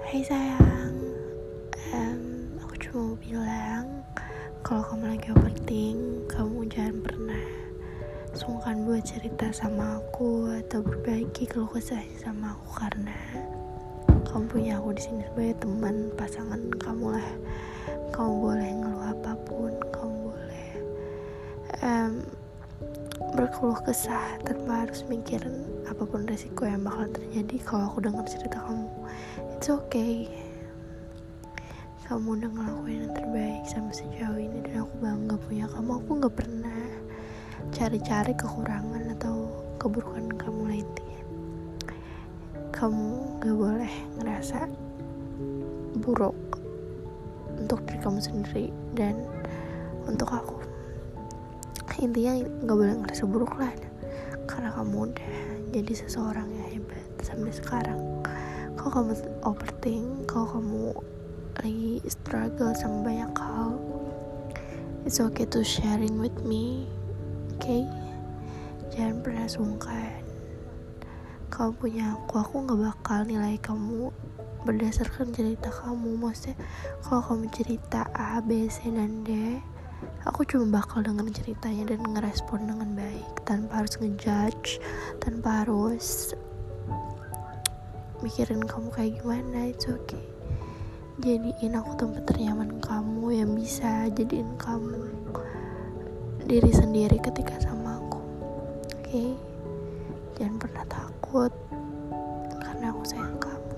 Hai sayang, aku cuma mau bilang kalau kamu lagi overthink, kamu jangan pernah sungkan buat cerita sama aku atau berbagi keluh kesahnya sama aku, karena kamu punya aku di sini sebagai teman, pasangan kamu lah. Kamu boleh ngeluh apapun, kamu boleh berkeluh kesah tanpa harus mikirin apapun resiko yang bakal terjadi kalau aku dengar cerita kamu. It's okay, kamu udah ngelakuin yang terbaik sampai sejauh ini dan aku bangga punya kamu. Aku gak pernah cari-cari kekurangan atau keburukan kamu lainnya. Kamu gak boleh ngerasa buruk untuk diri kamu sendiri dan untuk aku. Intinya gak boleh ngerasa buruk lah, karena kamu udah jadi seseorang yang hebat sampai sekarang. Kalau kamu overthink, kalau kamu lagi struggle sama banyak hal, it's okay to sharing with me, okay? Jangan pernah sungkan. Kamu punya aku gak bakal nilai kamu berdasarkan cerita kamu. Maksudnya kalau kamu cerita A, B, C, dan D, aku cuma bakal dengerin ceritanya dan ngerespon dengan baik, tanpa harus ngejudge, tanpa harus mikirin kamu kayak gimana. It's okay. Jadiin aku tempat ternyaman kamu yang bisa jadiin kamu diri sendiri ketika sama aku, okay? Jangan pernah takut, karena aku sayang kamu.